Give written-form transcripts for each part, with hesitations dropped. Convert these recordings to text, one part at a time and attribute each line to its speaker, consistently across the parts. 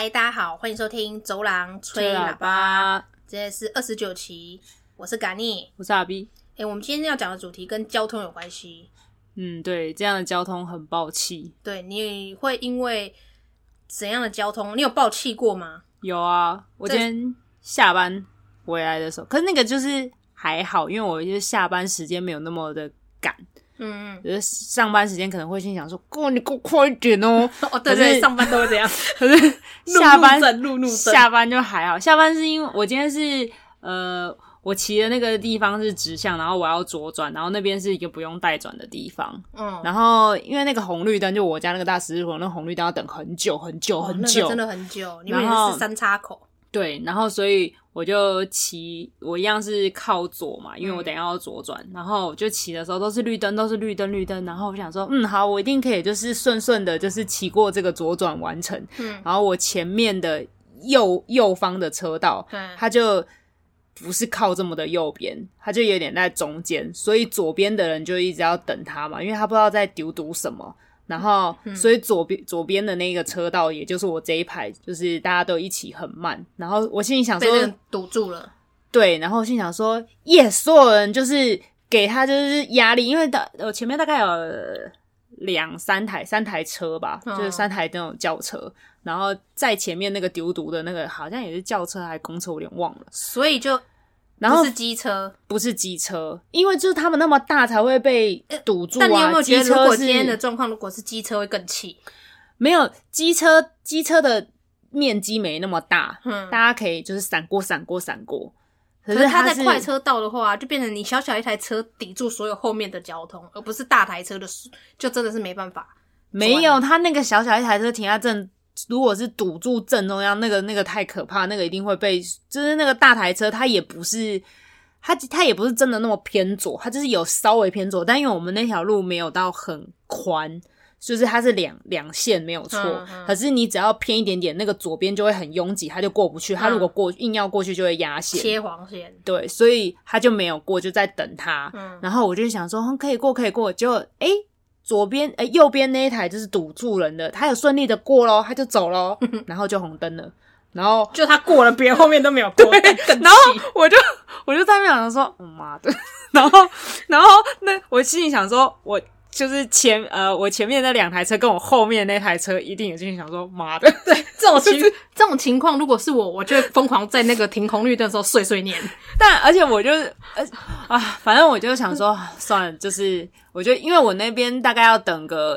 Speaker 1: 嗨，大家好，欢迎收听走廊吹喇叭，这是29期，我是嘎尼，
Speaker 2: 我是阿 B。
Speaker 1: 我们今天要讲的主题跟交通有关系。
Speaker 2: 对，这样的交通很爆气。
Speaker 1: 对，你会因为怎样的交通，你有爆气过吗？
Speaker 2: 有啊，我今天下班回来的时候，可是那个就是还好，因为我就是下班时間没有那么的赶。就是上班时间可能会心想说，你给我快一点哦。
Speaker 1: 对对，上班都会这样。
Speaker 2: 可是下班
Speaker 1: 路怒症，
Speaker 2: 下班就还好。下班是因为我今天是我骑的那个地方是直向，然后我要左转，然后那边是一个不用带转的地方。然后因为那个红绿灯，就我家那个大十字路，那个红绿灯要等很久很久很久，
Speaker 1: 那个真的很久。你们也是三叉口。
Speaker 2: 对，然后所以我就骑，我一样是靠左嘛，因为我等一下要左转，然后我就骑的时候都是绿灯，然后我想说，好，我一定可以就是顺顺的，就是骑过这个左转完成。然后我前面的右方的车道，它就不是靠这么的右边，它就有点在中间，所以左边的人就一直要等他嘛，因为他不知道在丢堵什么。然后所以左边的那个车道，也就是我这一排，就是大家都一起很慢，然后我心里想说
Speaker 1: 被人堵住了。对，
Speaker 2: 然后我心想说所有人就是给他就是压力，因为我前面大概有三台车吧，就是3台那种轿车，然后在前面那个丢堵的那个好像也是轿车还是公车，我有点忘了，
Speaker 1: 所以就不是机车，
Speaker 2: 不是机车，因为就是他们那么大才会被堵住啊。
Speaker 1: 但你有没有觉得，如果今天的状况，如果是机车会更气？
Speaker 2: 没有，机车的面积没那么大，大家可以就是闪过。可是
Speaker 1: 它在快车道的话，就变成你小小一台车抵住所有后面的交通，而不是大台车的，就真的是没办法。
Speaker 2: 没有，它那个小小一台车停在正。如果是堵住正中央，那个太可怕，那个一定会被，就是那个大台车它也不是真的那么偏左，它就是有稍微偏左，但因为我们那条路没有到很宽，就是它是两线没有错，可是你只要偏一点点，那个左边就会很拥挤，它就过不去，它如果硬要过去就会压线，
Speaker 1: 切黄线。
Speaker 2: 对，所以它就没有过，就在等它。然后我就想说可以过，结果右边那一台就是堵住人的，他有顺利的过咯，他就走咯，然后就红灯了，然后
Speaker 1: 就他过了，别人后面都没有过。
Speaker 2: 然后我就在那边想说妈的，然后那我心里想说，我就是我前面那2台车跟我后面那台车一定也心里想说妈的。
Speaker 1: 对，这种情况如果是我就会疯狂在那个停红绿灯的时候碎念。
Speaker 2: 但而且我就反正我就想说算了，就是我觉得因为我那边大概要等个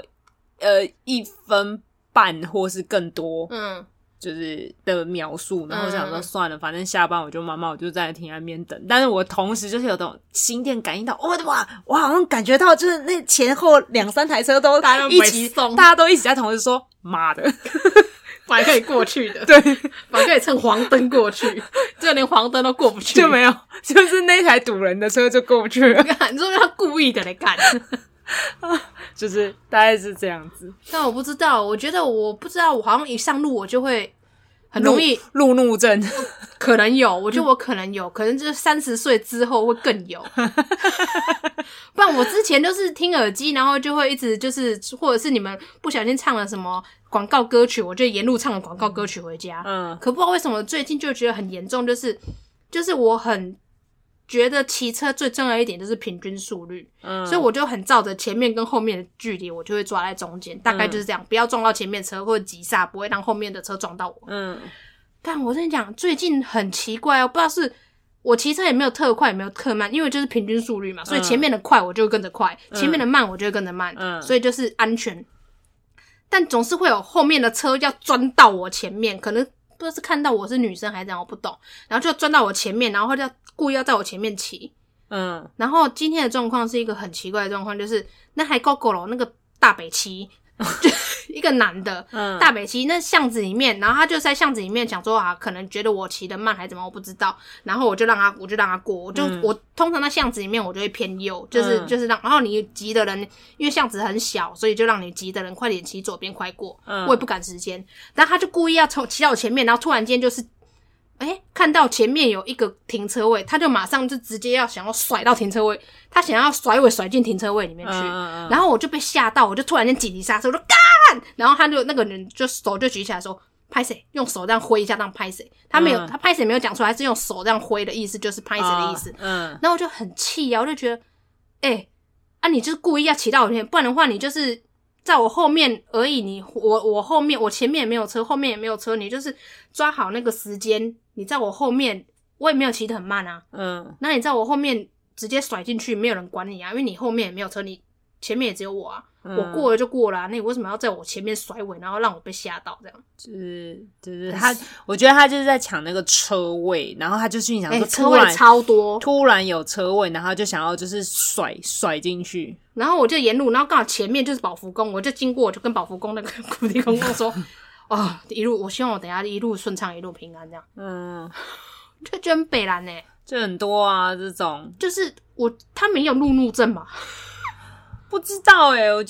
Speaker 2: 1分半或是更多就是的描述，然后我想说算了，反正下班我就在停在那边等。但是我同时就是有种心电感应到，哇，我好像感觉到就是那前后2-3台车都一起，大家都一起在同时说妈的。
Speaker 1: 本来可以过去的，
Speaker 2: 对，
Speaker 1: 本来可以趁黄灯过去，就连黄灯都过不去，
Speaker 2: 就没有，就是那台堵人的车就过不去了。
Speaker 1: 你说他故意的来干，
Speaker 2: 就是大概是这样子。
Speaker 1: 但我不知道，我觉得我不知道，我好像一上路我就会很容易
Speaker 2: 路怒症，
Speaker 1: 可能有，我觉得我可能有，可能就是30岁之后会更有。不然我之前就是听耳机，然后就会一直就是或者是你们不小心唱了什么广告歌曲，我就沿路唱了广告歌曲回家。可不知道为什么最近就觉得很严重，就是我很觉得骑车最重要一点就是平均速率，所以我就很照着前面跟后面的距离，我就会抓在中间，大概就是这样，不要撞到前面车或者急刹，不会让后面的车撞到我。但我跟你讲，最近很奇怪哦，不知道是我骑车也没有特快也没有特慢，因为就是平均速率嘛，所以前面的快我就跟着快，前面的慢我就跟着慢，所以就是安全。但总是会有后面的车要钻到我前面，可能不知道是看到我是女生还是怎样，我不懂，然后就钻到我前面，然后就故意要在我前面骑。然后今天的状况是一个很奇怪的状况，就是那台 GoGo 那个大北七就一个男的大北七那巷子里面，然后他就在巷子里面想说可能觉得我骑得慢还是怎么我不知道，然后我就让他过，我通常在巷子里面我就会偏右，就是让，然后你急的人因为巷子很小，所以就让你急的人快点骑左边快过，我也不赶时间，但他就故意要骑到我前面，然后突然间就是看到前面有一个停车位，他就马上就直接想要甩到停车位，他想要甩尾甩进停车位里面去，然后我就被吓到，我就突然间紧急刹车，我就干，然后他就那个人就手就举起来说拍谁，用手这样挥一下，这样拍谁。他没有，他拍谁没有讲出来，是用手这样挥的意思，就是拍谁的意思。然后我就很气啊，我就觉得，你就是故意要骑到我前面，不然的话，你就是在我后面而已。我后面，我前面也没有车，后面也没有车，你就是抓好那个时间，你在我后面，我也没有骑得很慢啊。那你在我后面直接甩进去，没有人管你啊，因为你后面也没有车，你前面也只有我啊。我过了就过了啊，那你为什么要在我前面甩尾，然后让我被吓到这样？
Speaker 2: 就是他，我觉得他就是在抢那个车位，然后他就心想说，
Speaker 1: 车位超多，
Speaker 2: 突然有车位，然后就想要就是甩进去，
Speaker 1: 然后我就沿路，然后刚好前面就是保福宫，我就经过，我就跟保福宫那个土地公公说，一路，我希望我等一下一路顺畅，一路平安这样。就觉得很北蓝欸，
Speaker 2: 就很多啊，这种
Speaker 1: 就是他没有路怒症嘛。
Speaker 2: 不知道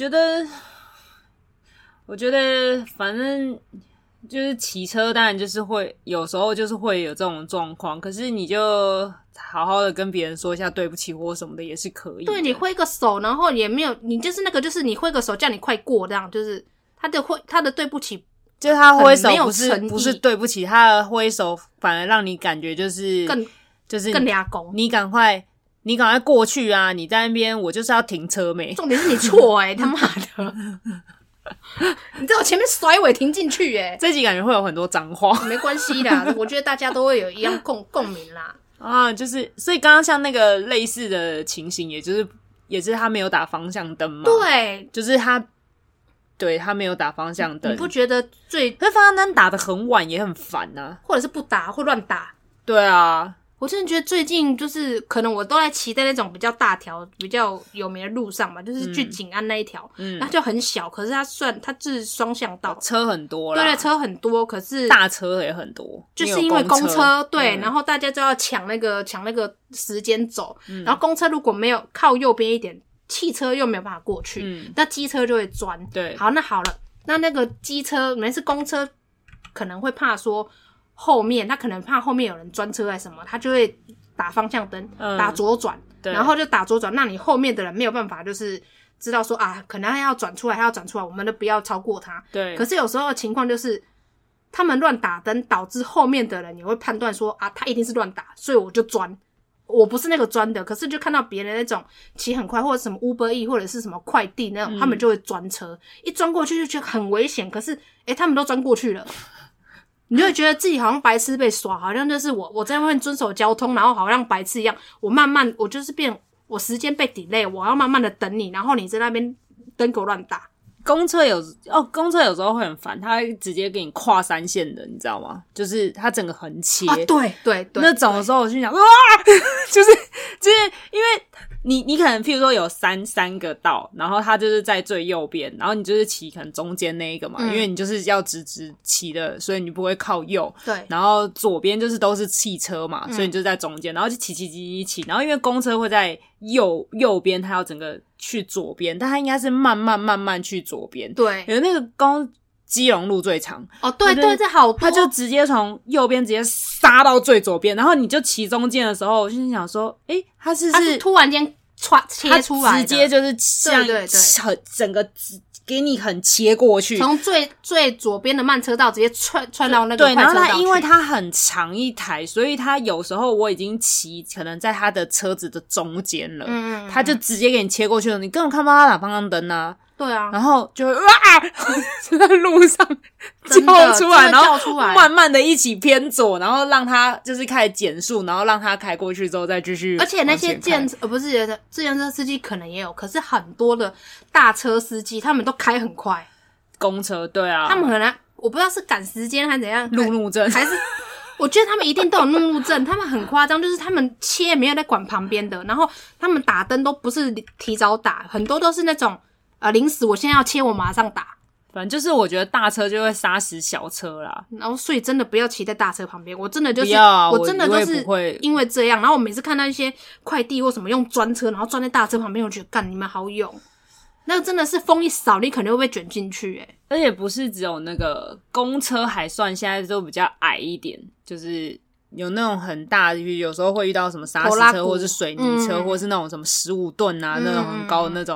Speaker 2: 我觉得反正就是骑车当然就是会有时候就是会有这种状况，可是你就好好的跟别人说一下对不起或什么的也是可以的。
Speaker 1: 对，你挥个手，然后也没有，你就是那个就是你挥个手叫你快过这样，就是他的对不起，
Speaker 2: 就是他挥手不是对不起，他的挥手反而让你感觉就是
Speaker 1: 更俩公，
Speaker 2: 你赶快过去啊！你在那边，我就是要停车没。
Speaker 1: 重点是你错他妈的！你在我前面甩尾停进去
Speaker 2: 这集感觉会有很多脏话。
Speaker 1: 没关系啦，我觉得大家都会有一样共鸣啦。
Speaker 2: 就是所以刚刚像那个类似的情形，也是他没有打方向灯嘛？
Speaker 1: 对，
Speaker 2: 就是他没有打方向灯。
Speaker 1: 你不觉得
Speaker 2: 可是方向灯打得很晚也很烦啊，
Speaker 1: 或者是不打或乱打？
Speaker 2: 对啊。
Speaker 1: 我真的觉得最近就是可能我都在骑在那种比较大条比较有名的路上嘛，就是去景安那一条，它就很小，可是它是双向道，
Speaker 2: 车很多啦，
Speaker 1: 对，车很多，可是
Speaker 2: 大车也很多，
Speaker 1: 就是因为公车对，然后大家就要抢那个时间走，然后公车如果没有靠右边一点，汽车又没有办法过去，那机车就会钻。
Speaker 2: 对，
Speaker 1: 好，那好了，那个机车每次公车可能会怕说后面他可能怕后面有人钻车还是什么，他就会打方向灯，打左转，然后就打左转，那你后面的人没有办法就是知道说可能他要转出来，我们都不要超过他。
Speaker 2: 对。
Speaker 1: 可是有时候的情况就是他们乱打灯，导致后面的人也会判断说他一定是乱打，所以我就钻。我不是那个钻的，可是就看到别人那种骑很快，或者什么 Uber E 或者是什么快递那种，他们就会钻车，一钻过去就觉得很危险，可是他们都钻过去了。你就会觉得自己好像白痴被耍，好像就是我在外面遵守交通，然后好像白痴一样，我就是我时间被 delay， 我要慢慢的等你，然后你在那边灯给我乱打。
Speaker 2: 公车有时候会很烦，他会直接给你跨三线的，你知道吗？就是他整个横切
Speaker 1: 对
Speaker 2: 那种的时候我就想哇就是因为你可能譬如说有三个道，然后他就是在最右边，然后你就是骑可能中间那一个嘛，因为你就是要直骑的，所以你不会靠右。
Speaker 1: 对，
Speaker 2: 然后左边就是都是汽车嘛，所以你就在中间，然后就骑，然后因为公车会在右边，它要整个去左边，但它应该是慢慢去左边。
Speaker 1: 对，
Speaker 2: 有那个基隆路最长
Speaker 1: 对，这好多，
Speaker 2: 他就直接从右边直接杀到最左边，然后你就骑中间的时候，我就想说，他是
Speaker 1: 突然间切出来的，
Speaker 2: 直接就是像整个给你很切过去，
Speaker 1: 从最左边的慢车道直接串到那个快车道去。对，
Speaker 2: 然后它因为它很长一台，所以它有时候我已经骑可能在它的车子的中间了，它就直接给你切过去了，你根本看不到它打方向灯啊。
Speaker 1: 对啊，
Speaker 2: 然后就会就在路上叫出来，然后慢慢的一起偏左，然后让它就是开始减速，然后让它开过去之后再继续。
Speaker 1: 而且那些自行车司机可能也有，可是很多的大车司机他们都开很快。
Speaker 2: 公车对啊，
Speaker 1: 他们可能我不知道是赶时间还是怎样，
Speaker 2: 路怒症
Speaker 1: 还是。我觉得他们一定都有路怒症，他们很夸张，就是他们切没有在管旁边的，然后他们打灯都不是提早打，很多都是那种临时我现在要切我马上打。
Speaker 2: 反正就是我觉得大车就会杀死小车啦，
Speaker 1: 然后所以真的不要骑在大车旁边，我真的就是
Speaker 2: 我
Speaker 1: 真的都是因为这样，然后我每次看到一些快递或什么用专车，然后钻在大车旁边，我觉得干你们好勇。那个真的是风一扫，你可能会被卷进去
Speaker 2: 而且不是只有那个公车还算，现在都比较矮一点，就是有那种很大的，有时候会遇到什么砂石车或是水泥车，或是那种什么15吨啊那种很高的那种，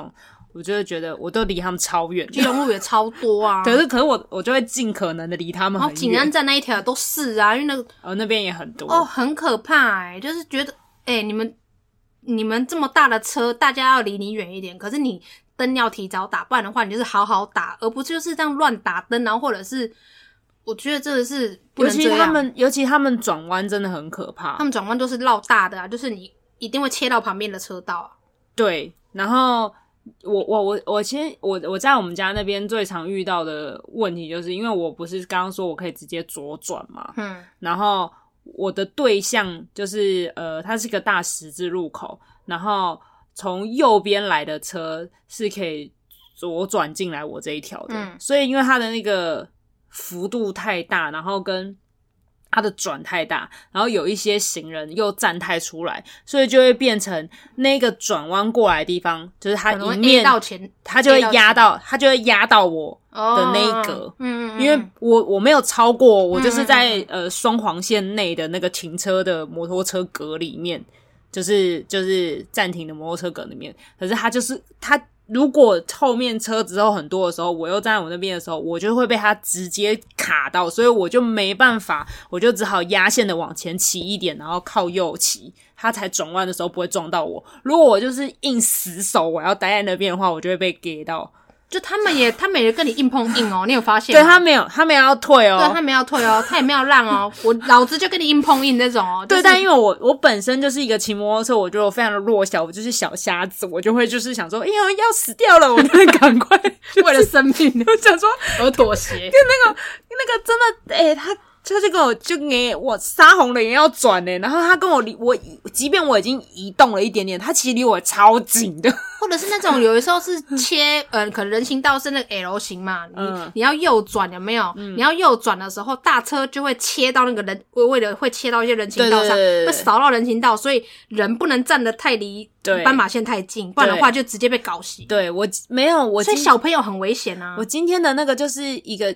Speaker 2: 我就会觉得我都离他们超远，
Speaker 1: 基隆路也超多啊。
Speaker 2: 可是我就会尽可能的离他们很远。
Speaker 1: 然后景安站那一条都是啊，因为那个
Speaker 2: 那边也很多
Speaker 1: 很可怕就是觉得你们这么大的车，大家要离你远一点，可是你灯要提早打，不然的话你就是好好打，而不就是这样乱打灯，然后或者是我觉得真的是不能这样。
Speaker 2: 尤其他们转弯真的很可怕，
Speaker 1: 他们转弯都是绕大的啊，就是你一定会切到旁边的车道啊。
Speaker 2: 对，然后其实我在我们家那边最常遇到的问题，就是因为我不是刚刚说我可以直接左转嘛，然后我的对象就是它是个大十字路口，然后从右边来的车是可以左转进来我这一条的，所以因为它的那个幅度太大，然后跟它的转太大，然后有一些行人又站太出来，所以就会变成那个转弯过来的地方，就是它迎面它就会压到我的那一格。因为我没有超过，我就是在双黄线内的那个停车的摩托车格里面，就是暂停的摩托车格里面。可是它如果后面车子后很多的时候，我又站在我那边的时候，我就会被它直接卡到，所以我就没办法，我就只好压线的往前骑一点，然后靠右骑，它才转弯的时候不会撞到我。如果我就是硬死守我要待在那边的话，我就会被给到。
Speaker 1: 就他们也跟你硬碰硬哦，你有发现吗？
Speaker 2: 对，他没有要退哦，
Speaker 1: 对，他没有要退哦，他也没有让哦，老子就跟你硬碰硬那种哦。
Speaker 2: 对，但因为我本身就是一个骑摩托车，我觉得我非常的弱小，我就是小瞎子，我就会就是想说，哎呦要死掉了，我就会赶快
Speaker 1: 为了生命，
Speaker 2: 我想说
Speaker 1: 我妥协。
Speaker 2: 跟那个真的，他就给我杀红了眼要转然后他跟我即便我已经移动了一点点，他其实离我超近的。
Speaker 1: 或者是那种有的时候是切可能人行道是那个 L 型嘛，你要右转有没有？你要右转的时候，大车就会切到那个人，为了会切到一些人行道上，会扫到人行道，所以人不能站得太离斑马线太近，不然的话就直接被搞死。
Speaker 2: 对，所
Speaker 1: 以小朋友很危险啊。
Speaker 2: 我今天的那个就是一个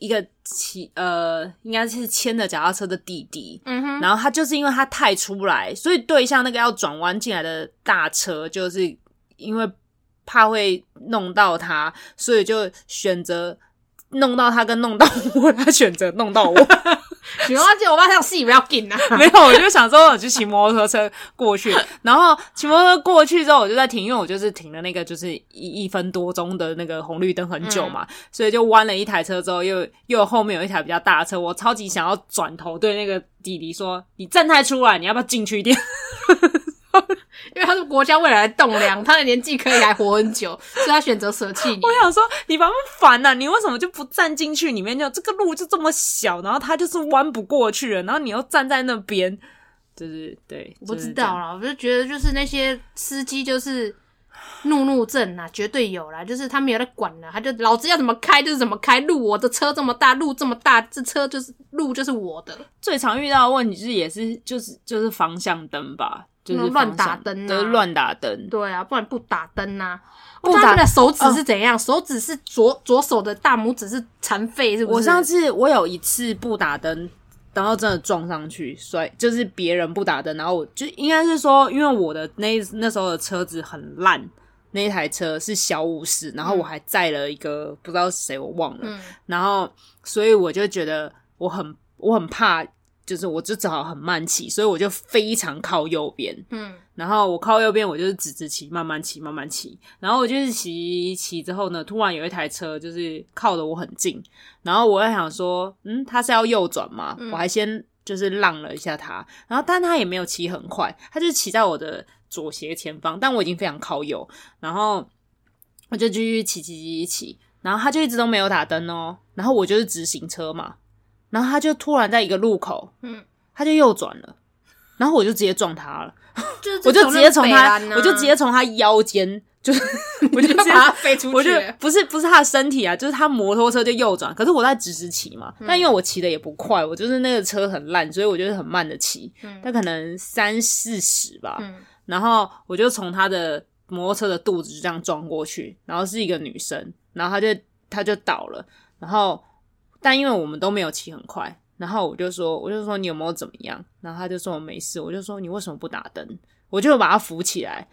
Speaker 2: 应该是牵着脚踏车的弟弟，然后他就是因为他太出来，所以对向那个要转弯进来的大车，就是因为怕会弄到他，所以就选择弄到他跟弄到我，他选择弄到我。
Speaker 1: 你忘记我爸像戏不要紧啊？
Speaker 2: 没有，我就想说我去骑摩托车过去，然后骑摩托车过去之后我就在停，因为我就是停了那个就是一分多钟的那个红绿灯很久嘛，所以就弯了一台车之后又有后面有一台比较大的车，我超级想要转头对那个弟弟说，你站太出来，你要不要进去一点？
Speaker 1: 因为他是国家未来的栋梁，他的年纪可以还活很久，所以他选择舍弃你。
Speaker 2: 我想说你烦不烦啊，你为什么就不站进去里面，就这个路就这么小，然后他就是弯不过去了，然后你又站在那边，就是对，
Speaker 1: 我不知道啦，我就觉得就是那些司机就是怒症啊，绝对有啦，就是他没有在管啦，他就老子要怎么开就是怎么开，路我的车这么大，路这么大，这车就是路就是我的。
Speaker 2: 最常遇到的问题就是也是就是方向灯吧，就是
Speaker 1: 乱打灯啊，
Speaker 2: 就是乱打灯。
Speaker 1: 对啊，不然不打灯啊。不知道他们的手指是怎样，手指是左手的大拇指是残废，是不是？
Speaker 2: 我上次我有一次不打灯，然后真的撞上去，就是别人不打灯，然后我就应该是说，因为我的那时候的车子很烂，那一台车是小50，然后我还载了一个不知道谁我忘了，然后所以我就觉得我很怕。就是我就只好很慢骑，所以我就非常靠右边。然后我靠右边，我就是直骑，慢慢骑，慢慢骑。然后我就是骑之后呢，突然有一台车就是靠得我很近，然后我在想说，他是要右转吗？我还先就是让了一下他，然后但他也没有骑很快，他就骑在我的左斜前方，但我已经非常靠右，然后我就继续骑，然后他就一直都没有打灯哦，然后我就是直行车嘛。然后他就突然在一个路口，他就右转了，然后我就直接撞他了，我就直接从他腰间，就是我就直接
Speaker 1: 把他飞出去，
Speaker 2: 我就不是他的身体啊，就是他摩托车就右转，可是我在直骑嘛，但因为我骑的也不快，我就是那个车很烂，所以我就是很慢的骑，但可能30-40吧，然后我就从他的摩托车的肚子就这样撞过去，然后是一个女生，然后他就倒了，然后。但因为我们都没有骑很快，然后我就说你有没有怎么样？然后他就说我没事，我就说你为什么不打灯？我就把他扶起来。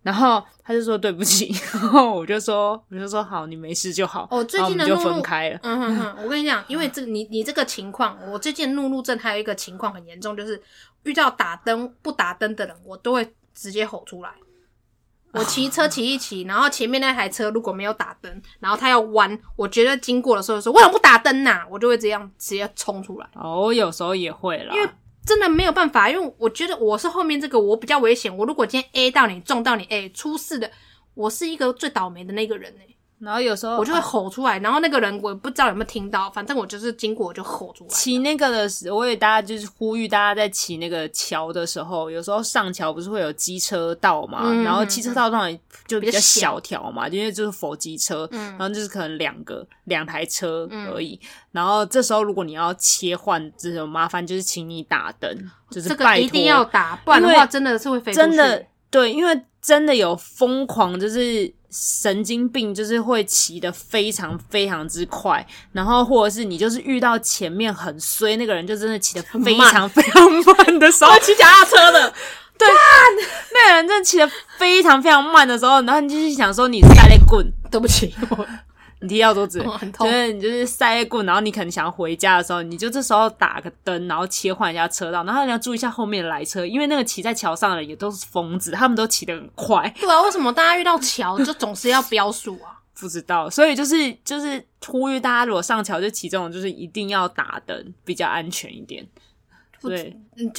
Speaker 2: 然后他就说对不起，然后我就说好，你没事就好。
Speaker 1: 最近的
Speaker 2: 然后我们就分开了。
Speaker 1: 我跟你讲，因为你这个情况，我最近怒路症还有一个情况很严重，就是遇到打灯不打灯的人，我都会直接吼出来。我骑车骑一骑，然后前面那台车如果没有打灯，然后他要弯，我觉得经过的时候说为什么不打灯啊，我就会这样直接冲出来。
Speaker 2: 我有时候也会啦，
Speaker 1: 因为真的没有办法，因为我觉得我是后面这个我比较危险，我如果今天 A 到你撞到你出事的，我是一个最倒霉的那个人
Speaker 2: 然后有时候
Speaker 1: 我就会吼出来，然后那个人我不知道有没有听到，反正我就是经过我就吼出来。
Speaker 2: 骑那个的时候，我给大家就是呼吁大家在骑那个桥的时候，有时候上桥不是会有机车道嘛，然后机车道上就比较小条嘛，因为就是否机车，然后就是可能两台车而已。然后这时候如果你要切换这种麻烦，就是请你打灯，就是拜托，
Speaker 1: 这个一定要打，不然的话真的是会飞出去。
Speaker 2: 真的对，因为真的有疯狂就是神经病，就是会骑得非常非常之快，然后或者是你就是遇到前面很衰那个人，就真的骑得非常非常慢的时候，
Speaker 1: 骑脚踏车的，
Speaker 2: 对，那个人真的骑得非常非常慢的时候，然后你就是想说你塞雷棍，
Speaker 1: 对不起，
Speaker 2: 你踢到桌子，
Speaker 1: 很痛，
Speaker 2: 就是你就是塞雷棍，然后你可能想要回家的时候，你就这时候打个灯，然后切换一下车道，然后你要注意一下后面的来车，因为那个骑在桥上的人也都是疯子，他们都骑得很快。
Speaker 1: 对啊，为什么大家遇到桥就总是要标速啊？
Speaker 2: 不知道，所以就是呼吁大家，如果上桥就骑这种，就是一定要打灯，比较安全一点。对，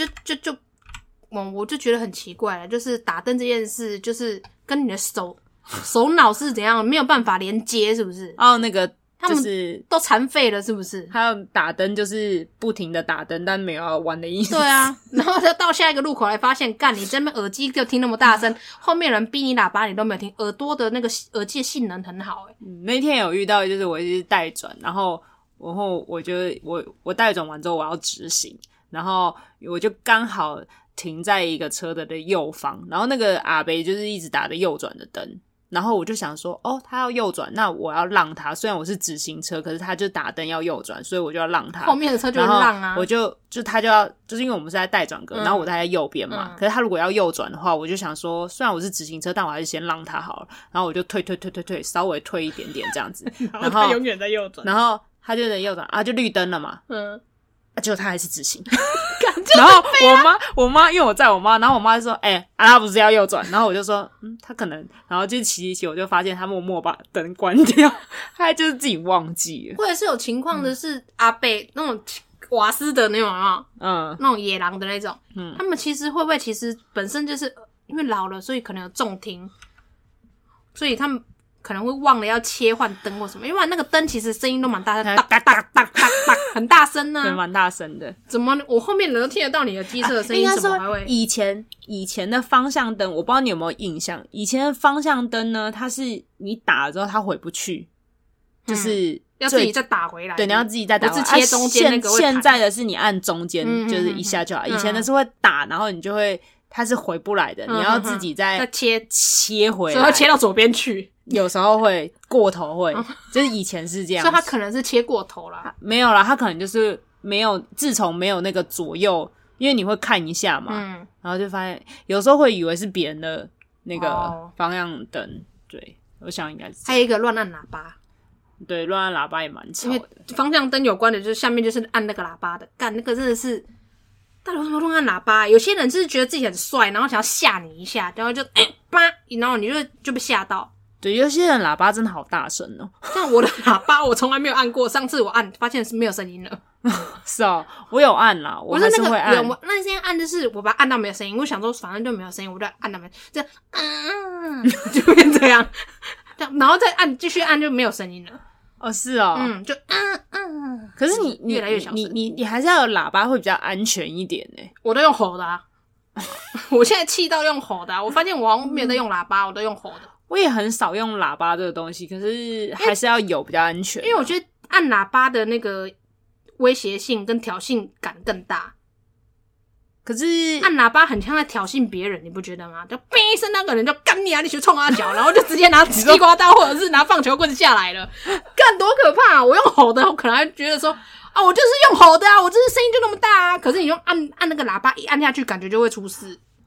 Speaker 1: 我就觉得很奇怪了，就是打灯这件事，就是跟你的手脑是怎样没有办法连接，是不是？
Speaker 2: 那个就是
Speaker 1: 都残废了，是不是？
Speaker 2: 还有打灯就是不停的打灯，但没有要玩的意思。
Speaker 1: 对啊，然后他到下一个路口来发现，干你这边耳机就听那么大声，后面人逼你喇叭你都没有听，耳朵的那个耳机的性能很好
Speaker 2: 那天有遇到，就是我一直带转，然后我觉得我带转完之后我要直行，然后我就刚好停在一个车的右方，然后那个阿伯就是一直打着右转的灯。然后我就想说，他要右转，那我要让他。虽然我是直行车，可是他就打灯要右转，所以我就要让他。
Speaker 1: 后面的车就会让啊。
Speaker 2: 我他就要，就是因为我们是在带转格，然后我在右边嘛。可是他如果要右转的话，我就想说，虽然我是直行车，但我还是先让他好了。然后我就退，稍微退一点点这样子。然后
Speaker 1: 他永远在右转。
Speaker 2: 然后他就在右转啊，就绿灯了嘛。结果他还是直行。
Speaker 1: 然
Speaker 2: 后我妈因为我载我妈，然后我妈就说他不是要右转，然后我就说他可能，然后就骑一骑，我就发现他默默把灯关掉，他就是自己忘记了。
Speaker 1: 或者是有情况的是阿伯那种瓦斯的那种那种野狼的那种，他们其实会不会其实本身就是因为老了，所以可能有重听，所以他们可能会忘了要切换灯或什么，因为那个灯其实声音都蛮大声，哒哒哒哒哒哒，很大声啊，
Speaker 2: 对，蛮大声的。
Speaker 1: 怎么我后面人都听得到你的机车的声音？怎么还会？
Speaker 2: 以前的方向灯，我不知道你有没有印象，以前的方向灯呢，它是你打了之后它回不去，就是
Speaker 1: 要自己再打回来。
Speaker 2: 对，你要自己再打回来。
Speaker 1: 不是切中间那个会
Speaker 2: 现在的是你按中间，就是一下就好。以前的是会打，然后你就会它是回不来的，你要自己再切回来，
Speaker 1: 所以会切到左边去。
Speaker 2: 有时候会过头会，就是以前是这样，
Speaker 1: 所以他可能是切过头啦。
Speaker 2: 没有啦，他可能就是没有，自从没有那个左右，因为你会看一下嘛，然后就发现有时候会以为是别人的那个方向灯，对，我想应该是。
Speaker 1: 还有一个乱按喇叭，
Speaker 2: 对，乱按喇叭也蛮吵的。
Speaker 1: 因为方向灯有关的，就是下面就是按那个喇叭的，干那个真的是。到底为什么乱按喇叭？有些人就是觉得自己很帅，然后想要吓你一下，然后就叭，然后你就被吓到。
Speaker 2: 对，有些人喇叭真的好大声哦。
Speaker 1: 像我的喇叭，我从来没有按过。上次我按，发现是没有声音了。
Speaker 2: 是哦，我有按啦，我还是会按。
Speaker 1: 我那天按就是我把它按到没有声音，我想说反正就没有声音，我就按到没有，这样就变这样，然后再按继续按就没有声音了。
Speaker 2: 是哦，
Speaker 1: 就
Speaker 2: 可是你
Speaker 1: 越来越小声，
Speaker 2: 你还是要有喇叭会比较安全一点呢。
Speaker 1: 我都用吼的啊，我现在气到用吼的啊，我发现我好像没有在用喇叭，我都用吼的。
Speaker 2: 我也很少用喇叭这个东西，可是还是要有比较安全。
Speaker 1: 因为我觉得按喇叭的那个威胁性跟挑衅感更大。
Speaker 2: 可是
Speaker 1: 按喇叭很像在挑衅别人，你不觉得吗？就哔一声，那个人就干你啊，你去冲他脚，然后就直接拿西瓜刀或者是拿棒球棍下来了，干多可怕啊！我用吼的，我可能还觉得说我就是用吼的啊，我这声音就那么大啊。可是你用按那个喇叭一按下去，感觉就会出事。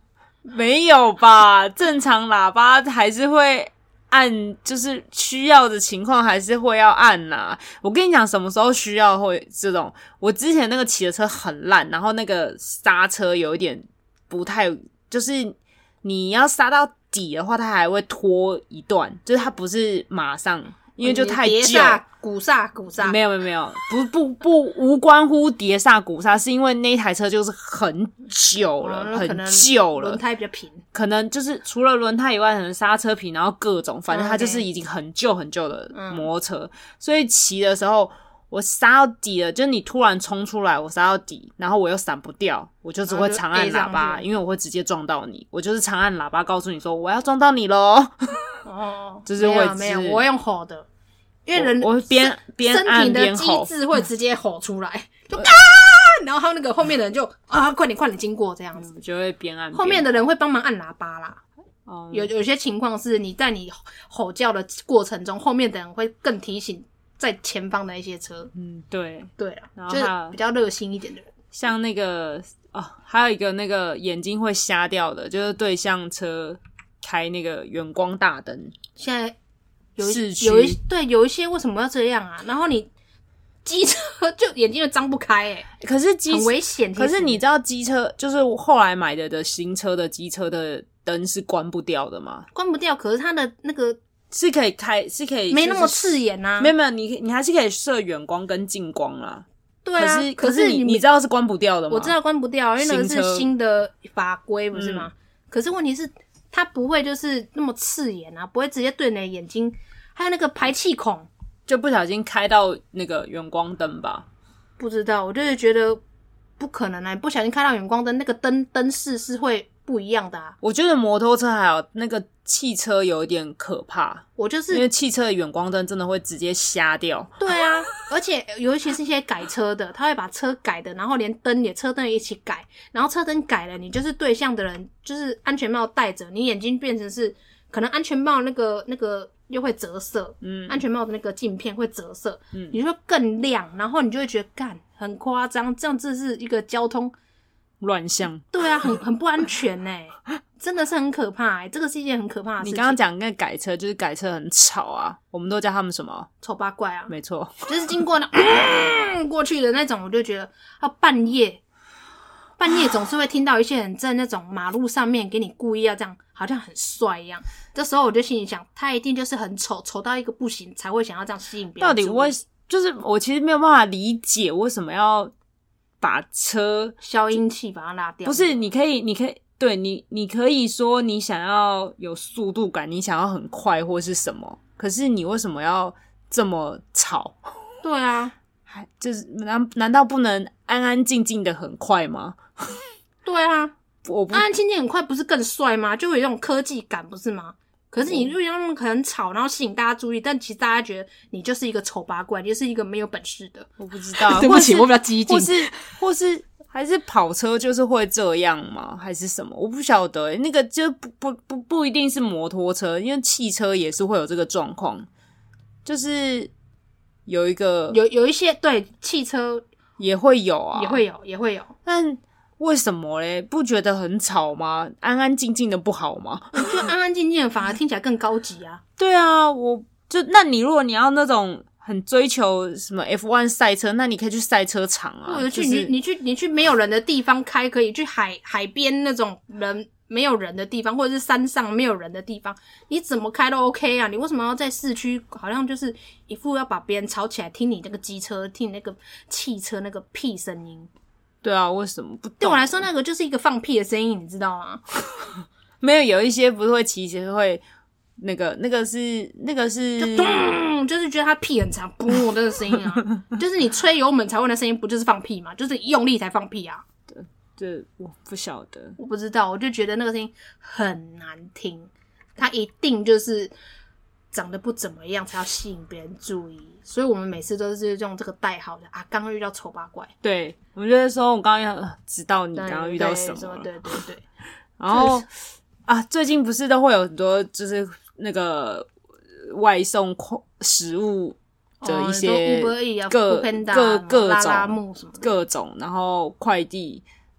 Speaker 2: 没有吧？正常喇叭还是会按，就是需要的情况还是会要按呐。我跟你讲，什么时候需要会这种？我之前那个骑的车很烂，然后那个刹车有一点不太，就是你要刹到底的话，它还会拖一段，就是它不是马上。因为就太旧，
Speaker 1: 鼓刹，
Speaker 2: 没有，不无关乎碟刹鼓刹，是因为那一台车就是很久了，很旧了，
Speaker 1: 轮胎比较平，
Speaker 2: 可能就是除了轮胎以外，可能刹车皮，然后各种，反正它就是已经很旧的摩托车，所以骑的时候我刹到底了，就是你突然冲出来，我刹到底，然后我又闪不掉，我就只会长按喇叭，因为我会直接撞到你，我就是长按喇叭告诉你说我要撞到你咯。
Speaker 1: 哦，
Speaker 2: 就是
Speaker 1: 没有，我会用吼的，因为人
Speaker 2: 我边按
Speaker 1: 身体的
Speaker 2: 边吼，
Speaker 1: 机制会直接吼出来，就啊，然后他那个后面的人就啊，快点经过这样子，
Speaker 2: 就会边按边吼，
Speaker 1: 后面的人会帮忙按喇叭啦。有些情况是你在你吼叫的过程中，后面的人会更提醒在前方的一些车。
Speaker 2: 对
Speaker 1: 啊，就是比较热心一点的人，
Speaker 2: 像那个还有一个那个眼睛会瞎掉的，就是对向车开那个远光大灯。
Speaker 1: 现在有一些为什么要这样啊？然后你机车就眼睛就张不开
Speaker 2: 可是
Speaker 1: 很危险。
Speaker 2: 可是你知道机车就是我后来买的新车的机车的灯是关不掉的吗？
Speaker 1: 关不掉，可是它的那个
Speaker 2: 是可以开，是可以
Speaker 1: 没那么刺眼啊。
Speaker 2: 没有，你还是可以设远光跟近光啦。
Speaker 1: 对啊，
Speaker 2: 可是你知道是关不掉的吗？
Speaker 1: 我知道关不掉，因为那个是新的法规不是吗？可是问题是它不会就是那么刺眼啊，不会直接对你的眼睛，还有那个排气孔
Speaker 2: 就不小心开到那个远光灯吧？
Speaker 1: 不知道，我就是觉得不可能啊！你不小心开到远光灯，那个灯饰是会不一样的啊。
Speaker 2: 我觉得摩托车还有那个汽车有一点可怕，因为汽车的远光灯真的会直接瞎掉。
Speaker 1: 对啊，而且尤其是一些改车的，他会把车改的，然后连车灯也一起改，然后车灯改了，你就是对向的人，就是安全帽戴着，你眼睛变成是可能安全帽那个又会折射，安全帽的那个镜片会折射，你就会更亮，然后你就会觉得干很夸张，这样子是一个交通
Speaker 2: 乱象。
Speaker 1: 对啊，很不安全真的是很可怕这个是一件很可怕的事情。
Speaker 2: 你刚刚讲那个改车，就是改车很吵啊，我们都叫他们什么？
Speaker 1: 丑八怪啊，
Speaker 2: 没错，
Speaker 1: 就是经过过去的那种，我就觉得半夜总是会听到一些人在那种马路上面给你故意要这样，好像很帅一样。这时候我就心里想，他一定就是很丑到一个不行，才会想要这样吸引别人。
Speaker 2: 到底就是我其实没有办法理解为什么要把车
Speaker 1: 消音器把它拉掉。
Speaker 2: 不是，你可以对你可以说你想要有速度感，你想要很快或是什么，可是你为什么要这么吵？
Speaker 1: 对啊，
Speaker 2: 就是难道不能安安静静的很快吗？
Speaker 1: 对啊，安安静静很快不是更帅吗？就会有那种科技感不是吗？可是你如果要那么很吵，然后吸引大家注意，但其实大家觉得你就是一个丑八怪，你就是一个没有本事的。
Speaker 2: 我不知道，
Speaker 1: 对不起，我比较激进。
Speaker 2: 或是还是跑车就是会这样吗？还是什么？我不晓得那个就不一定是摩托车，因为汽车也是会有这个状况，就是有
Speaker 1: 一些对汽车
Speaker 2: 也会有啊，
Speaker 1: 也会有，但
Speaker 2: 为什么嘞？不觉得很吵吗？安安静静的不好吗？
Speaker 1: 就安安静静的反而听起来更高级啊。
Speaker 2: 对啊，那你如果你要那种很追求什么 F1 赛车，那你可以去赛车场啊。
Speaker 1: 或者你去没有人的地方开，可以去海边那种人没有人的地方，或者是山上没有人的地方，你怎么开都 OK 啊。你为什么要在市区？好像就是一副要把别人吵起来，听你那个机车，听你那个汽车那个屁声音。
Speaker 2: 对啊，为什么不懂？
Speaker 1: 对我来说，那个就是一个放屁的声音，你知道吗？
Speaker 2: 没有一些不是会骑车会那个是
Speaker 1: 就咚，就是觉得他屁很长，噗那个声音啊，就是你吹油门才会那声音，不就是放屁吗？就是用力才放屁啊。
Speaker 2: 这我不晓得，
Speaker 1: 我不知道，我就觉得那个声音很难听，他一定就是长得不怎么样才要吸引别人注意，所以我们每次都是用这个代号的啊。刚刚遇到丑八怪，
Speaker 2: 对，我们就会说我刚刚知道你刚刚遇到什么，
Speaker 1: 对，
Speaker 2: 然后最近不是都会有很多就是那个外送食物的一些各种，然后快递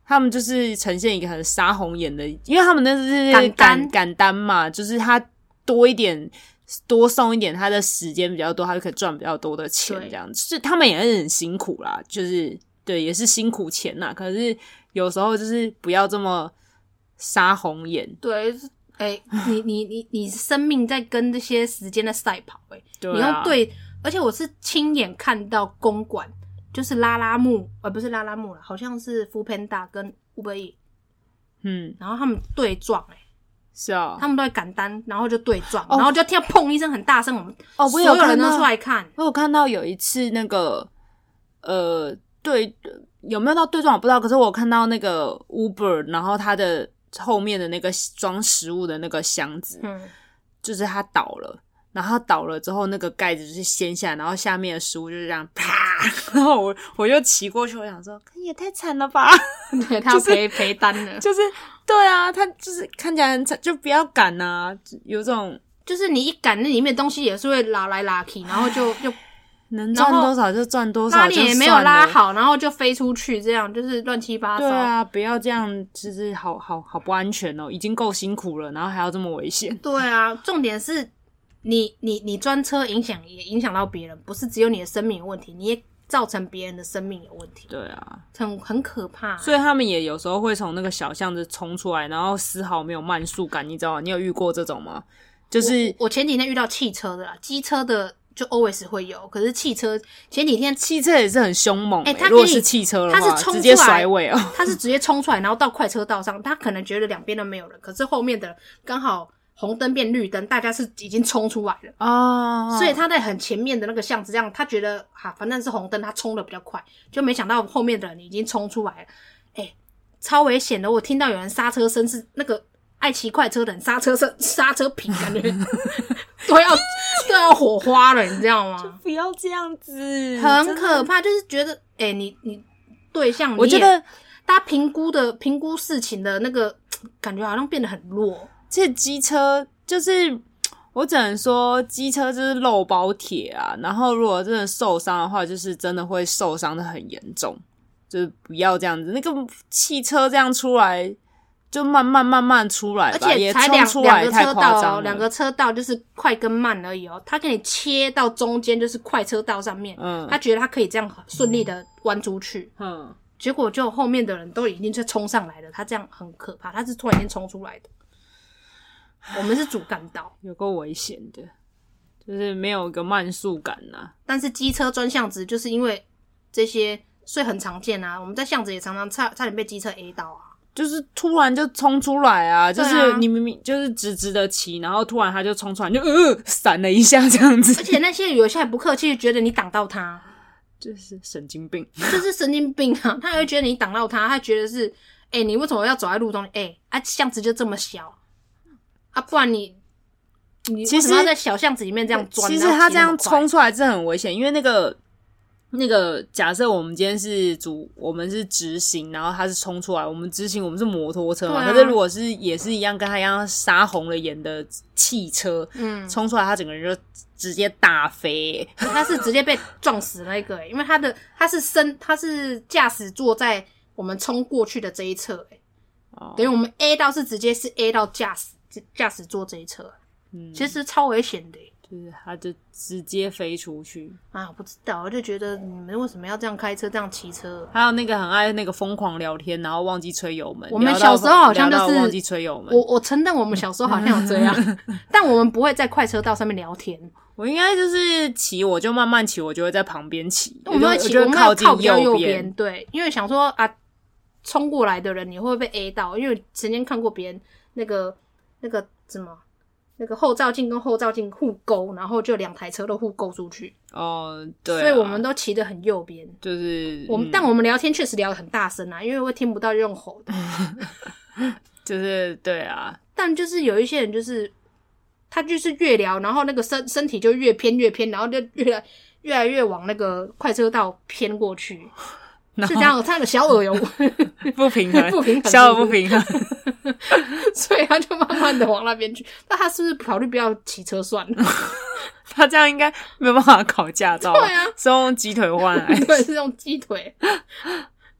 Speaker 2: 他们就是呈现一个很杀红眼的，因为他们那是赶单嘛，就是他多送一点，他的时间比较多，他就可以赚比较多的钱，这样子。就是他们也是很辛苦啦，就是对，也是辛苦钱啦。可是有时候就是不要这么杀红眼。
Speaker 1: 对，你生命在跟这些时间的赛跑，
Speaker 2: 对啊，
Speaker 1: 你用对，而且我是亲眼看到公馆，就是拉拉木，不是拉拉木啦，好像是 Foodpanda 跟 Uber Eats，然后他们对撞，
Speaker 2: 是啊，
Speaker 1: 他们都在赶单，然后就对撞，然后就听到砰一声很大声，我们所
Speaker 2: 有
Speaker 1: 人都出来看。
Speaker 2: 我有看到有一次那个对，有没有到对撞我不知道，可是我有看到那个 Uber， 然后它的后面的那个装食物的那个箱子，就是它倒了。然后它倒了之后，那个盖子就是掀下来，然后下面的食物就是这样啪，然后我就骑过去，我想说，也太惨了吧！
Speaker 1: 对，他要赔单了，
Speaker 2: 就是对啊，他就是看起来很惨，就不要赶啊，有这种
Speaker 1: 就是你一赶，那里面的东西也是会拉来拉去，然后就
Speaker 2: 能赚多少就赚多少，
Speaker 1: 拉链也没有拉好，然后就飞出去，这样就是乱七八糟。
Speaker 2: 对啊，不要这样，就是好不安全哦，已经够辛苦了，然后还要这么危险。
Speaker 1: 对啊，重点是。你专车也影响到别人，不是只有你的生命有问题，你也造成别人的生命有问题。
Speaker 2: 对啊，
Speaker 1: 很可怕。
Speaker 2: 所以他们也有时候会从那个小巷子冲出来，然后丝毫没有慢速感，你知道吗？你有遇过这种吗？就是
Speaker 1: 我前几天遇到汽车的啦，机车的就 always 会有，可是汽车前几天
Speaker 2: 汽车也是很凶猛如果是汽车的话，
Speaker 1: 他是冲出来
Speaker 2: 直接甩尾哦，
Speaker 1: 他是直接冲出来，然后到快车道上，他可能觉得两边都没有人，可是后面的刚好。红灯变绿灯，大家是已经冲出来了所以他在很前面的那个巷子，这样他觉得反正是红灯，他冲的比较快，就没想到后面的人已经冲出来了，超危险的！我听到有人刹车声是那个爱骑快车的人刹车声、刹车皮，感觉都要火花了，你知道吗？
Speaker 2: 就不要这样子，
Speaker 1: 很可怕。就是觉得，你对象，
Speaker 2: 我觉得
Speaker 1: 大家评估事情的那个感觉好像变得很弱。
Speaker 2: 这机车就是我只能说机车就是肉包铁啊，然后如果真的受伤的话，就是真的会受伤的很严重，就是不要这样子。那个汽车这样出来就慢慢出来吧，
Speaker 1: 而且才两个车道
Speaker 2: 2
Speaker 1: 个车道就是快跟慢而已他给你切到中间就是快车道上面，他觉得他可以这样顺利的弯出去，结果就后面的人都已经就冲上来了，他这样很可怕，他是突然间冲出来的。我们是主干道，
Speaker 2: 有够危险的，就是没有一个慢速感啊。
Speaker 1: 但是机车专巷子就是因为这些，所以很常见啊。我们在巷子也常常差点被机车 A 到啊，
Speaker 2: 就是突然就冲出来啊，就是你明明就是直的骑，然后突然他就冲出来，就闪了一下这样子。
Speaker 1: 而且那些有些还不客气，觉得你挡到他，
Speaker 2: 就是神经病，
Speaker 1: 就是神经病啊！他还会觉得你挡到他，他觉得是你为什么要走在路中？巷子就这么小。不然你为什么要在小巷子里面这样钻？
Speaker 2: 其实他这样冲出来真的很危险，因为那个假设我们今天我们是直行，然后他是冲出来，我们直行我们是摩托车嘛，可是如果是也是一样跟他一样杀红了眼的汽车，冲出来他整个人就直接大飞
Speaker 1: 他是直接被撞死那个因为他是驾驶座在我们冲过去的这一侧等于我们 A 到是直接是 A 到驾驶座这一侧其实超危险的
Speaker 2: 就是他就直接飞出去
Speaker 1: 我不知道，我就觉得你们为什么要这样开车这样骑车？
Speaker 2: 还有那个很爱那个疯狂聊天，然后忘记吹油门。
Speaker 1: 我们小时候好像就是
Speaker 2: 忘记吹油门。
Speaker 1: 我承认我们小时候好像有这样但我们不会在快车道上面聊天。
Speaker 2: 我应该就是骑，我就慢慢骑，我就会在旁边骑。
Speaker 1: 我们会骑，我们
Speaker 2: 靠近
Speaker 1: 右边，对，因为想说冲过来的人你会不会被 A 到？因为曾经看过别人那个什么那个后照镜跟后照镜互勾，然后就两台车都互勾出去。
Speaker 2: 对
Speaker 1: 所以我们都骑得很右边。
Speaker 2: 就是
Speaker 1: 但我们聊天确实聊得很大声因为会听不到就用吼的。
Speaker 2: 就是对啊。
Speaker 1: 但就是有一些人就是他就是越聊，然后那个身体就越偏，然后就越来越往那个快车道偏过去。是这样，他的小耳有
Speaker 2: 不平衡，小耳不平衡，
Speaker 1: 所以他就慢慢的往那边去。那他是不是考虑不要骑车算了？
Speaker 2: 他这样应该没有办法考驾照。
Speaker 1: 对啊，
Speaker 2: 是用鸡腿换来。
Speaker 1: 对，是用鸡腿。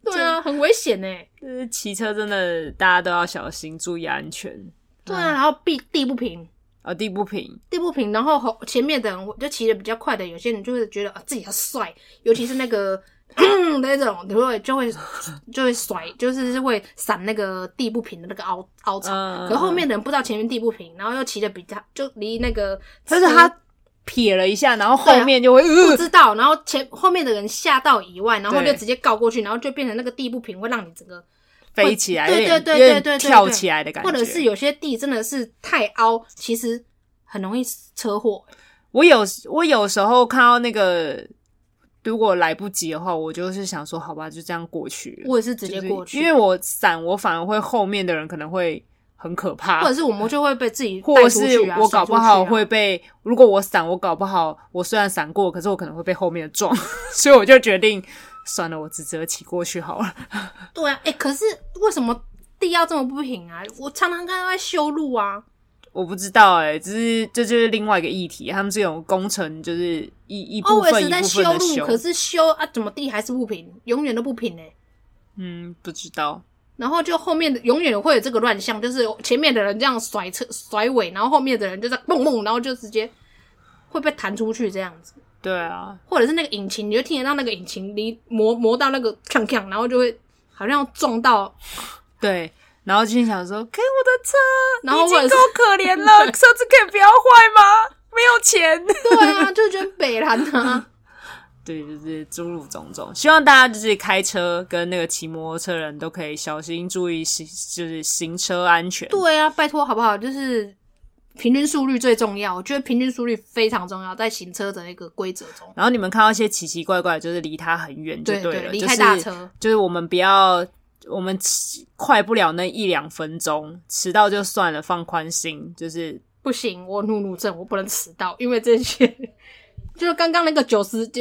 Speaker 1: 对啊，很危险欸。
Speaker 2: 就是骑车真的大家都要小心，注意安全。
Speaker 1: 对啊，然后地不平。
Speaker 2: 地不平，
Speaker 1: 然后前面的人就骑得比较快的，有些人就是觉得自己要帅，尤其是那个那种就会甩，就是会闪那个地不平的那个凹槽。可是后面的人不知道前面地不平，然后又骑得比他就离那个，
Speaker 2: 但是他撇了一下，然后后面就会
Speaker 1: 不知道，然后后面的人吓到以外，然后就直接告过去，然后就变成那个地不平，会让你整个
Speaker 2: 飞起来，
Speaker 1: 对，
Speaker 2: 跳起来的感觉，
Speaker 1: 或者是有些地真的是太凹，其实很容易车祸。
Speaker 2: 我有时候看到那个，如果来不及的话，我就是想说，好吧，就这样过去。
Speaker 1: 我也是直接过去，
Speaker 2: 因为我闪，我反而会后面的人可能会很可怕，
Speaker 1: 或者是我们就会被自己带
Speaker 2: 或者
Speaker 1: 出去
Speaker 2: 是我搞不好会被，如果我闪，我搞不好我虽然闪过，可是我可能会被后面的撞，所以我就决定算了，我直接骑过去好了。
Speaker 1: 对啊，可是为什么地要这么不平啊？我常常看到在修路啊。
Speaker 2: 我不知道这就是另外一个议题，他们这种工程就是一部分一部分的
Speaker 1: 修路，可是修啊，怎么地还是不平，永远都不平
Speaker 2: 不知道。
Speaker 1: 然后就后面的永远会有这个乱象，就是前面的人这样甩尾，然后后面的人就在蹦蹦，然后就直接会被弹出去这样子。
Speaker 2: 对啊，
Speaker 1: 或者是那个引擎，你就听得到那个引擎离磨到那个锵锵，然后就会好像撞到。
Speaker 2: 对。然后就想说，给我的车，
Speaker 1: 然后
Speaker 2: 已经够可怜了，车子可以不要坏吗？没有钱。
Speaker 1: 对啊，就觉得北蓝啊。
Speaker 2: 对，就是诸如种种。希望大家就是开车跟那个骑摩托车的人都可以小心注意，就是行车安全。
Speaker 1: 对啊，拜托好不好？就是平均速率最重要，我觉得平均速率非常重要，在行车的那个规则中。
Speaker 2: 然后你们看到一些奇奇怪怪，就是离它很远就对了，
Speaker 1: 离开大车，
Speaker 2: 就是我们不要。我们快不了那1-2分钟，迟到就算了，放宽心，就是
Speaker 1: 不行。我怒怒症，我不能迟到，因为这些就刚刚那个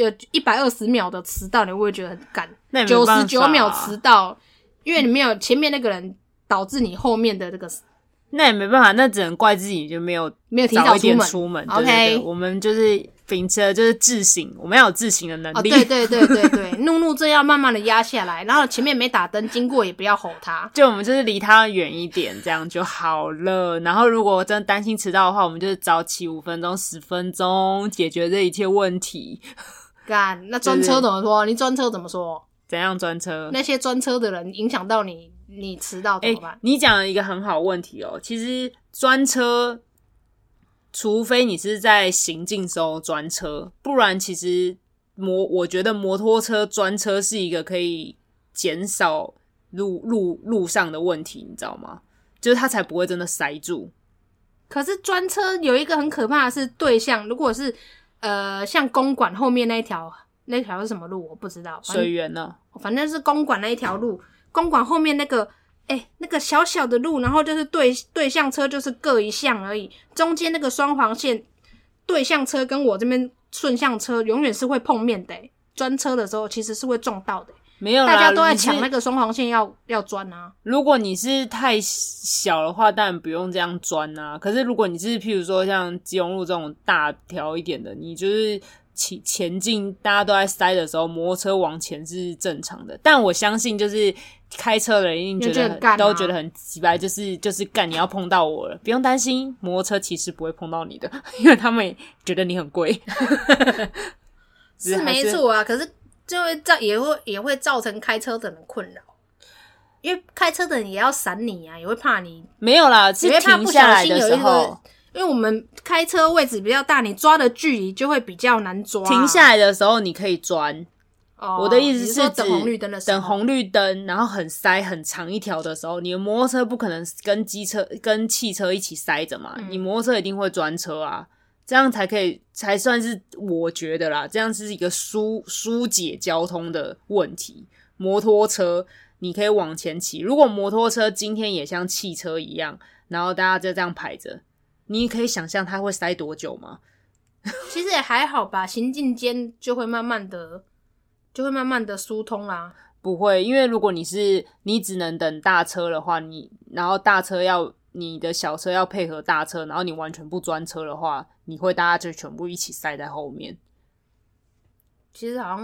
Speaker 1: 120秒的迟到，你会觉得很干。99秒迟到，因为你没有前面那个人，导致你后面的这个。
Speaker 2: 那也没办法，那只能怪自己就没有
Speaker 1: 提早
Speaker 2: 一点出门。
Speaker 1: OK，
Speaker 2: 对，我们就是秉持的就是自省，我们要有自省的能力。
Speaker 1: 对，怒症要慢慢的压下来，然后前面没打灯经过也不要吼他，
Speaker 2: 就我们就是离他远一点，这样就好了。然后如果真的担心迟到的话，我们就是早起5分钟、10分钟，解决这一切问题。
Speaker 1: 干，那专车怎么说？你专车怎么说？
Speaker 2: 怎样专车？
Speaker 1: 那些专车的人影响到你迟到怎么办？
Speaker 2: 你讲了一个很好的问题哦。其实专车，除非你是在行进时候专车，不然其实我觉得摩托车专车是一个可以减少路上的问题，你知道吗？就是它才不会真的塞住。
Speaker 1: 可是专车有一个很可怕的是对向，如果是像公馆后面那条是什么路我不知道，
Speaker 2: 水源呢？
Speaker 1: 反正是公馆那一条路，公馆后面那个小小的路，然后就是对向车就是各一项而已，中间那个双黄线对向车跟我这边顺向车永远是会碰面的专车的时候其实是会撞到的
Speaker 2: 没有啦，
Speaker 1: 大家都在抢那个双黄线要钻啊。如
Speaker 2: 果你是太小的话，当然不用这样钻啊。可是如果你是譬如说像基隆路这种大条一点的，你就是前进大家都在塞的时候，摩托车往前是正常的。但我相信就是开车的人一定都觉得很奇怪，就是干你要碰到我了，不用担心，摩托车其实不会碰到你的，因为他们也觉得你很贵。
Speaker 1: 是没错啊，可是就会也会造成开车的人困扰，因为开车的人也要闪你啊，也会怕你
Speaker 2: 没有啦，是停下来的时候，
Speaker 1: 因为我们开车位置比较大，你抓的距离就会比较难抓。
Speaker 2: 停下来的时候你可以钻。我的意思是
Speaker 1: 等红绿灯的时候，
Speaker 2: 等红绿灯，然后很塞很长一条的时候，你的摩托车不可能跟汽车一起塞着嘛，你摩托车一定会专车啊，这样才算是我觉得啦，这样是一个疏解交通的问题。摩托车你可以往前骑，如果摩托车今天也像汽车一样，然后大家就这样排着，你可以想象它会塞多久吗？
Speaker 1: 其实也还好吧，行进间就会慢慢的疏通啦。
Speaker 2: 不会，因为如果你只能等大车的话，然后大车你的小车要配合大车，然后你完全不专车的话，大家就全部一起塞在后面。
Speaker 1: 其实好像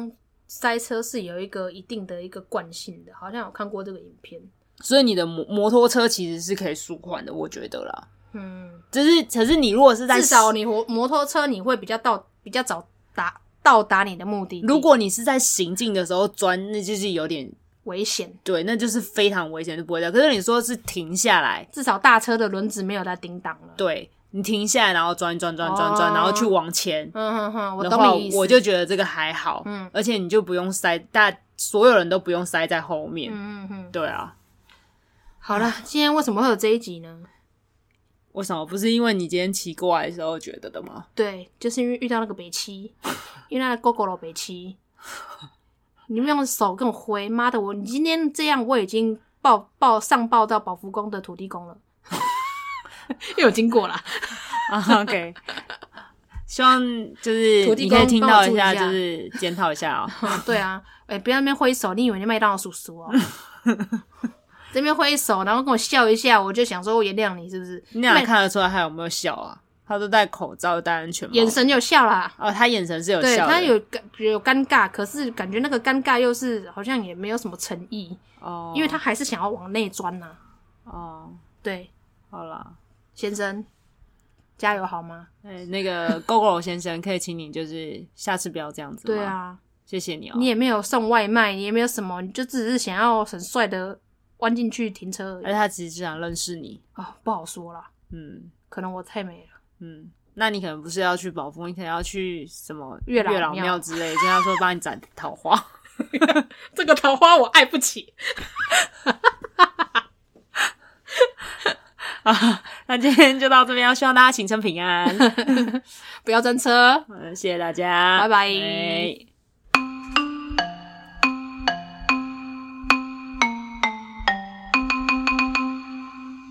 Speaker 1: 塞车是有一个一定的一个惯性的，好像有看过这个影片。
Speaker 2: 所以你的摩托车其实是可以舒缓的，我觉得啦。可是你如果是在
Speaker 1: 至少你摩托车你会比较早到达你的目的地。
Speaker 2: 如果你是在行进的时候钻，那就是有点
Speaker 1: 危险。
Speaker 2: 对，那就是非常危险，就不会掉。可是你说是停下来，
Speaker 1: 至少大车的轮子没有在叮当了。
Speaker 2: 对，你停下来，然后转，然后去往前。
Speaker 1: 我懂你意思。
Speaker 2: 我就觉得这个还好。而且你就不用塞，所有人都不用塞在后面。对啊。
Speaker 1: 好了，今天为什么会有这一集呢？
Speaker 2: 为什么？不是因为你今天骑过来的时候觉得的吗？
Speaker 1: 对，就是因为遇到那个北七，因为那个狗狗的北七，你们用手跟我挥，妈的你今天这样，我已经上报到保福宫的土地公了，因为我经过啦。
Speaker 2: OK， 希望就是你可以听到一下，就是检讨一下哦。
Speaker 1: 对啊，不要在那边挥手，你以为你麦当劳叔叔哦？这边挥手，然后跟我笑一下，我就想说我原谅你，是不是？
Speaker 2: 你哪看得出来他有没有笑啊？他都戴口罩，戴安全帽，
Speaker 1: 眼神有笑啦。
Speaker 2: 他眼神是有笑的，
Speaker 1: 对，他有尴尬，可是感觉那个尴尬又是好像也没有什么诚意因为他还是想要往内钻呐。对，
Speaker 2: 好啦，
Speaker 1: 先生，加油好吗？
Speaker 2: 那个 GoGo 先生，可以请你就是下次不要这样子吗？
Speaker 1: 对啊，
Speaker 2: 谢谢你哦。
Speaker 1: 你也没有送外卖，你也没有什么，你就只是想要很帅的弯进去停车而已。
Speaker 2: 而且他只是想认识你
Speaker 1: 不好说啦。可能我太美了。
Speaker 2: 那你可能不是要去宝福，你可能要去什么
Speaker 1: 月
Speaker 2: 老庙之类，跟他说帮你斩桃花。
Speaker 1: 这个桃花我爱不起。
Speaker 2: 那今天就到这边，希望大家行程平安，
Speaker 1: 不要争车。
Speaker 2: 谢谢大家，
Speaker 1: 拜拜。